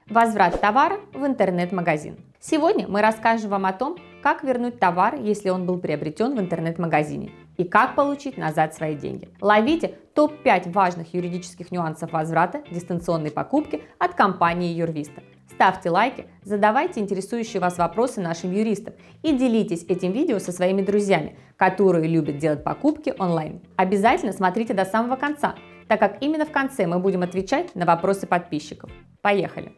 Возврат товара в интернет-магазин. Сегодня мы расскажем вам о том, как вернуть товар, если он был приобретен в интернет-магазине, и как получить назад свои деньги. Ловите топ-5 важных юридических нюансов возврата дистанционной покупки от компании Юрвиста. Ставьте лайки, задавайте интересующие вас вопросы нашим юристам и делитесь этим видео со своими друзьями, которые любят делать покупки онлайн. Обязательно смотрите до самого конца, так как именно в конце мы будем отвечать на вопросы подписчиков. Поехали!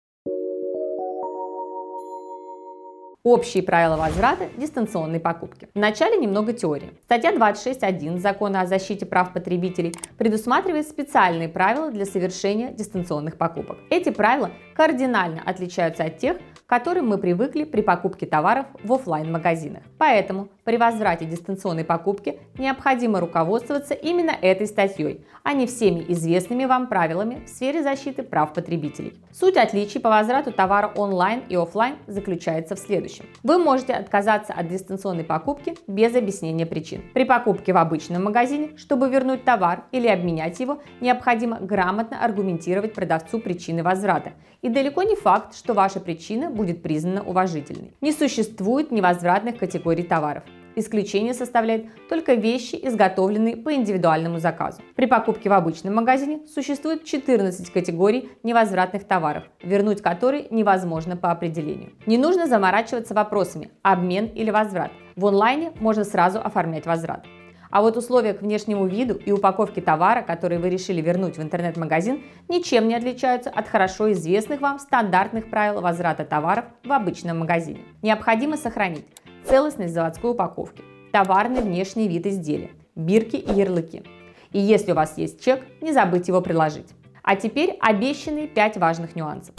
Общие правила возврата дистанционной покупки. Вначале немного теории. Статья 26.1 Закона о защите прав потребителей предусматривает специальные правила для совершения дистанционных покупок. Эти правила кардинально отличаются от тех, к которым мы привыкли при покупке товаров в офлайн-магазинах. Поэтому при возврате дистанционной покупки необходимо руководствоваться именно этой статьей, а не всеми известными вам правилами в сфере защиты прав потребителей. Суть отличий по возврату товара онлайн и офлайн заключается в следующем. Вы можете отказаться от дистанционной покупки без объяснения причин. При покупке в обычном магазине, чтобы вернуть товар или обменять его, необходимо грамотно аргументировать продавцу причины возврата. И далеко не факт, что ваша причина будет признана уважительной. Не существует невозвратных категорий товаров. Исключение составляет только вещи, изготовленные по индивидуальному заказу. При покупке в обычном магазине существует 14 категорий невозвратных товаров, вернуть которые невозможно по определению. Не нужно заморачиваться вопросами обмен или возврат. В онлайне можно сразу оформлять возврат. А вот условия к внешнему виду и упаковке товара, которые вы решили вернуть в интернет-магазин, ничем не отличаются от хорошо известных вам стандартных правил возврата товаров в обычном магазине. Необходимо сохранить целостность заводской упаковки, товарный внешний вид изделия, бирки и ярлыки. И если у вас есть чек, не забудьте его приложить. А теперь обещанные 5 важных нюансов.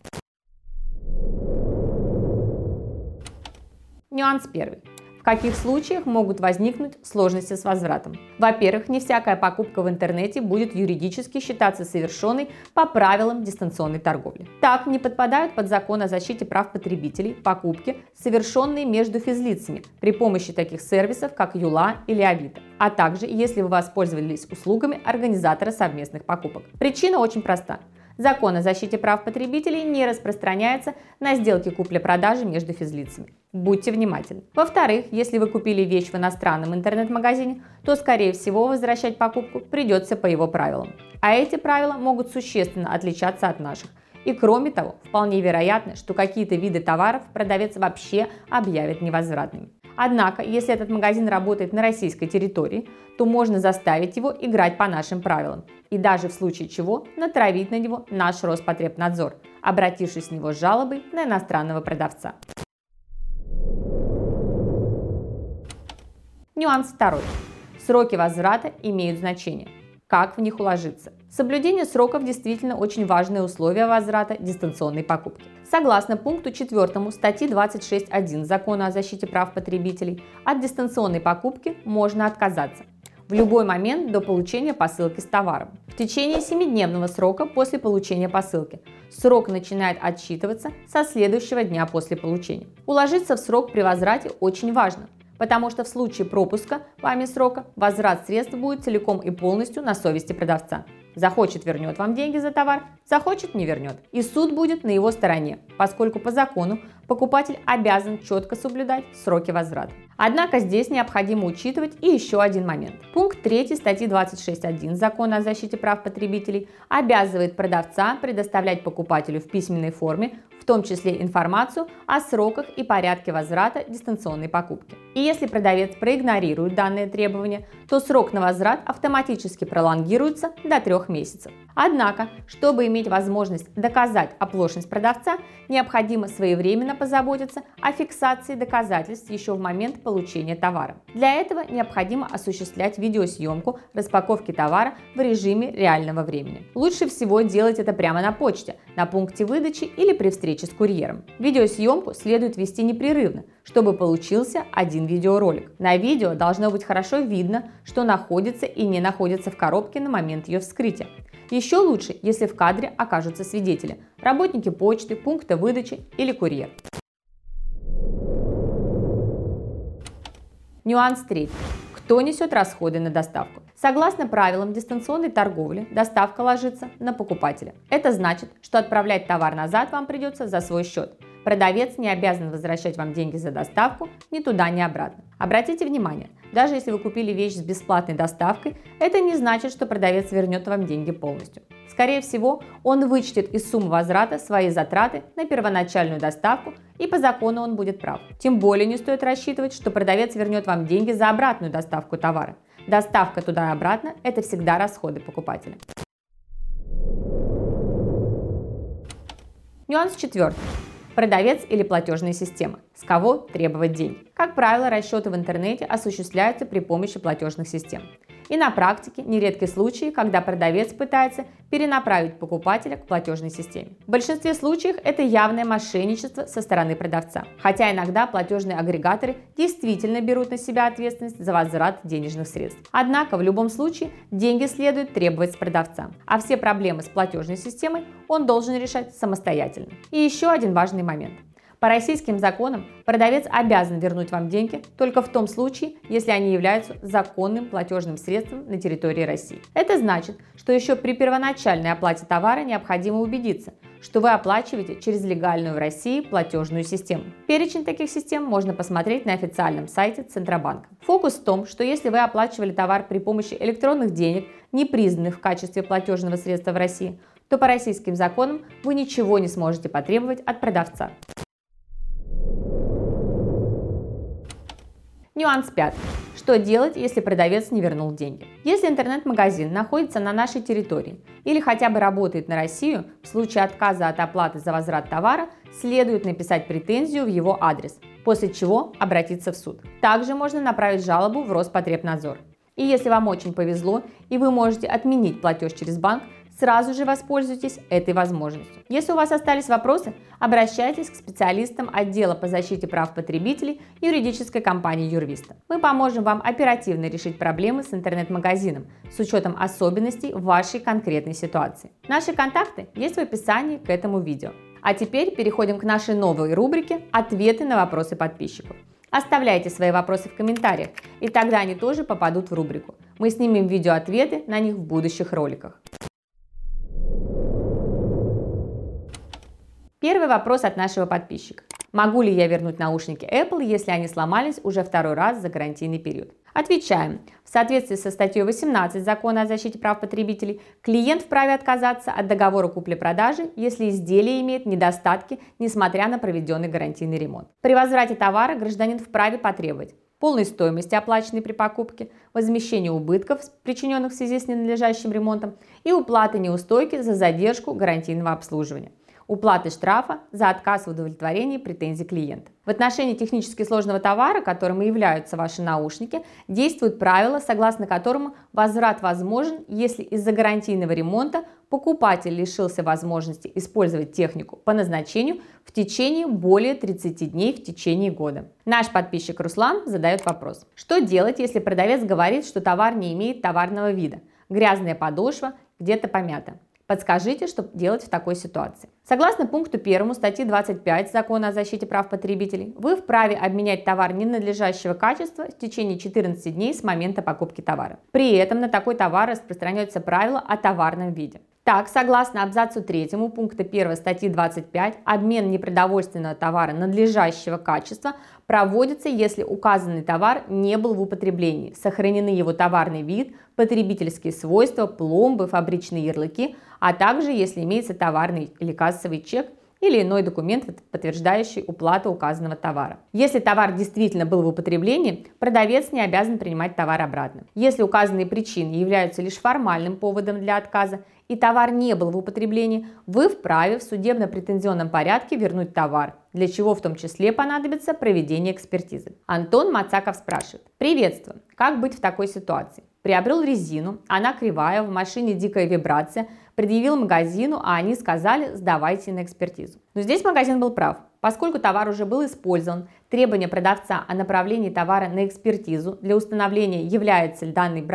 Нюанс первый. В каких случаях могут возникнуть сложности с возвратом? Во-первых, не всякая покупка в интернете будет юридически считаться совершенной по правилам дистанционной торговли. Так, не подпадают под закон о защите прав потребителей покупки, совершенные между физлицами при помощи таких сервисов, как Юла или Авито, а также если вы воспользовались услугами организатора совместных покупок. Причина очень проста. Закон о защите прав потребителей не распространяется на сделки купли-продажи между физлицами. Будьте внимательны. Во-вторых, если вы купили вещь в иностранном интернет-магазине, то, скорее всего, возвращать покупку придется по его правилам. А эти правила могут существенно отличаться от наших. И кроме того, вполне вероятно, что какие-то виды товаров продавец вообще объявит невозвратными. Однако, если этот магазин работает на российской территории, то можно заставить его играть по нашим правилам и даже в случае чего натравить на него наш Роспотребнадзор, обратившись с него с жалобой на иностранного продавца. Нюанс второй. Сроки возврата имеют значение. Как в них уложиться? Соблюдение сроков действительно очень важное условие возврата дистанционной покупки. Согласно пункту 4 статьи 26.1 Закона о защите прав потребителей, от дистанционной покупки можно отказаться в любой момент до получения посылки с товаром. В течение 7-дневного срока после получения посылки. Срок начинает отсчитываться со следующего дня после получения. Уложиться в срок при возврате очень важно, потому что в случае пропуска вами срока возврат средств будет целиком и полностью на совести продавца. Захочет — вернет вам деньги за товар, захочет — не вернет. И суд будет на его стороне, поскольку по закону покупатель обязан четко соблюдать сроки возврата. Однако здесь необходимо учитывать и еще один момент. Пункт 3 статьи 26.1 Закона о защите прав потребителей обязывает продавца предоставлять покупателю в письменной форме, в том числе информацию о сроках и порядке возврата дистанционной покупки. И если продавец проигнорирует данные требования, то срок на возврат автоматически пролонгируется до 3 месяцев. Однако, чтобы иметь возможность доказать оплошность продавца, необходимо своевременно позаботиться о фиксации доказательств еще в момент получения товара. Для этого необходимо осуществлять видеосъемку распаковки товара в режиме реального времени. Лучше всего делать это прямо на почте, на пункте выдачи или при встрече с курьером. Видеосъемку следует вести непрерывно, чтобы получился один видеоролик. На видео должно быть хорошо видно, что находится и не находится в коробке на момент ее вскрытия. Еще лучше, если в кадре окажутся свидетели, работники почты, пункта выдачи или курьер. Нюанс третий. Кто несет расходы на доставку? Согласно правилам дистанционной торговли, доставка ложится на покупателя. Это значит, что отправлять товар назад вам придется за свой счет. Продавец не обязан возвращать вам деньги за доставку ни туда, ни обратно. Обратите внимание, даже если вы купили вещь с бесплатной доставкой, это не значит, что продавец вернет вам деньги полностью. Скорее всего, он вычтет из суммы возврата свои затраты на первоначальную доставку, и по закону он будет прав. Тем более не стоит рассчитывать, что продавец вернет вам деньги за обратную доставку товара. Доставка туда и обратно – это всегда расходы покупателя. Нюанс 4. Продавец или платежная система. С кого требовать деньги? Как правило, расчеты в интернете осуществляются при помощи платежных систем. И на практике нередки случаи, когда продавец пытается перенаправить покупателя к платежной системе. В большинстве случаев это явное мошенничество со стороны продавца. Хотя иногда платежные агрегаторы действительно берут на себя ответственность за возврат денежных средств. Однако в любом случае деньги следует требовать с продавца. А все проблемы с платежной системой он должен решать самостоятельно. И еще один важный момент. По российским законам продавец обязан вернуть вам деньги только в том случае, если они являются законным платежным средством на территории России. Это значит, что еще при первоначальной оплате товара необходимо убедиться, что вы оплачиваете через легальную в России платежную систему. Перечень таких систем можно посмотреть на официальном сайте Центробанка. Фокус в том, что если вы оплачивали товар при помощи электронных денег, не признанных в качестве платежного средства в России, то по российским законам вы ничего не сможете потребовать от продавца. Нюанс 5. Что делать, если продавец не вернул деньги? Если интернет-магазин находится на нашей территории или хотя бы работает на Россию, в случае отказа от оплаты за возврат товара следует написать претензию в его адрес, после чего обратиться в суд. Также можно направить жалобу в Роспотребнадзор. И если вам очень повезло и вы можете отменить платеж через банк, сразу же воспользуйтесь этой возможностью. Если у вас остались вопросы, обращайтесь к специалистам отдела по защите прав потребителей юридической компании Юрвиста. Мы поможем вам оперативно решить проблемы с интернет-магазином с учетом особенностей вашей конкретной ситуации. Наши контакты есть в описании к этому видео. А теперь переходим к нашей новой рубрике «Ответы на вопросы подписчиков». Оставляйте свои вопросы в комментариях, и тогда они тоже попадут в рубрику. Мы снимем видео-ответы на них в будущих роликах. Первый вопрос от нашего подписчика. Могу ли я вернуть наушники Apple, если они сломались уже второй раз за гарантийный период? Отвечаем. В соответствии со статьей 18 Закона о защите прав потребителей, клиент вправе отказаться от договора купли-продажи, если изделие имеет недостатки, несмотря на проведенный гарантийный ремонт. При возврате товара гражданин вправе потребовать полной стоимости, оплаченной при покупке, возмещения убытков, причиненных в связи с ненадлежащим ремонтом, и уплаты неустойки за задержку гарантийного обслуживания. Уплаты штрафа за отказ в удовлетворении претензий клиента. В отношении технически сложного товара, которым и являются ваши наушники, действуют правила, согласно которым возврат возможен, если из-за гарантийного ремонта покупатель лишился возможности использовать технику по назначению в течение более 30 дней в течение года. Наш подписчик Руслан задает вопрос. Что делать, если продавец говорит, что товар не имеет товарного вида? Грязная подошва, где-то помята. Подскажите, что делать в такой ситуации. Согласно пункту 1 статьи 25 Закона о защите прав потребителей, вы вправе обменять товар ненадлежащего качества в течение 14 дней с момента покупки товара. При этом на такой товар распространяется правило о товарном виде. Так, согласно абзацу 3 пункта 1 статьи 25, обмен непродовольственного товара надлежащего качества проводится, если указанный товар не был в употреблении, сохранены его товарный вид, потребительские свойства, пломбы, фабричные ярлыки, а также если имеется товарный или кассовый чек или иной документ, подтверждающий уплату указанного товара. Если товар действительно был в употреблении, продавец не обязан принимать товар обратно. Если указанные причины являются лишь формальным поводом для отказа и товар не был в употреблении, вы вправе в судебно-претензионном порядке вернуть товар, для чего в том числе понадобится проведение экспертизы. Антон Мацаков спрашивает. Приветствую. Как быть в такой ситуации? Приобрел резину, она кривая, в машине дикая вибрация, предъявил магазину, а они сказали, сдавайте на экспертизу. Но здесь магазин был прав. Поскольку товар уже был использован, требование продавца о направлении товара на экспертизу для установления, является ли данный брак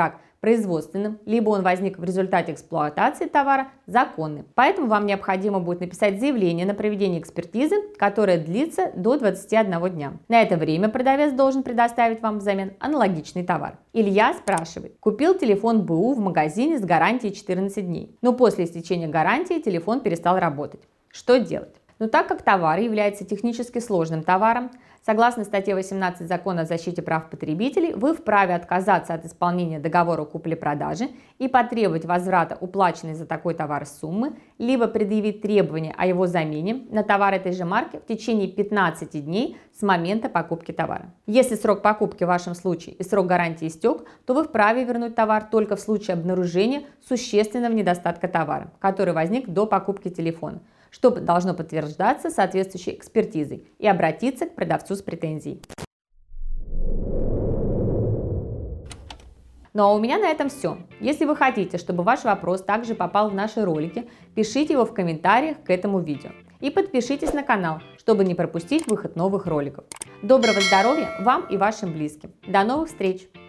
производственным, либо он возник в результате эксплуатации товара, законны. Поэтому вам необходимо будет написать заявление на проведение экспертизы, которое длится до 21 дня. На это время продавец должен предоставить вам взамен аналогичный товар. Илья спрашивает: купил телефон БУ в магазине с гарантией 14 дней, но после истечения гарантии телефон перестал работать. Что делать? Но так как товар является технически сложным товаром, согласно статье 18 Закона о защите прав потребителей, вы вправе отказаться от исполнения договора купли-продажи и потребовать возврата уплаченной за такой товар суммы, либо предъявить требования о его замене на товар этой же марки в течение 15 дней с момента покупки товара. Если срок покупки в вашем случае и срок гарантии истек, то вы вправе вернуть товар только в случае обнаружения существенного недостатка товара, который возник до покупки телефона, что должно подтверждаться соответствующей экспертизой, и обратиться к продавцу с претензией. Ну а у меня на этом все. Если вы хотите, чтобы ваш вопрос также попал в наши ролики, пишите его в комментариях к этому видео. И подпишитесь на канал, чтобы не пропустить выход новых роликов. Доброго здоровья вам и вашим близким. До новых встреч!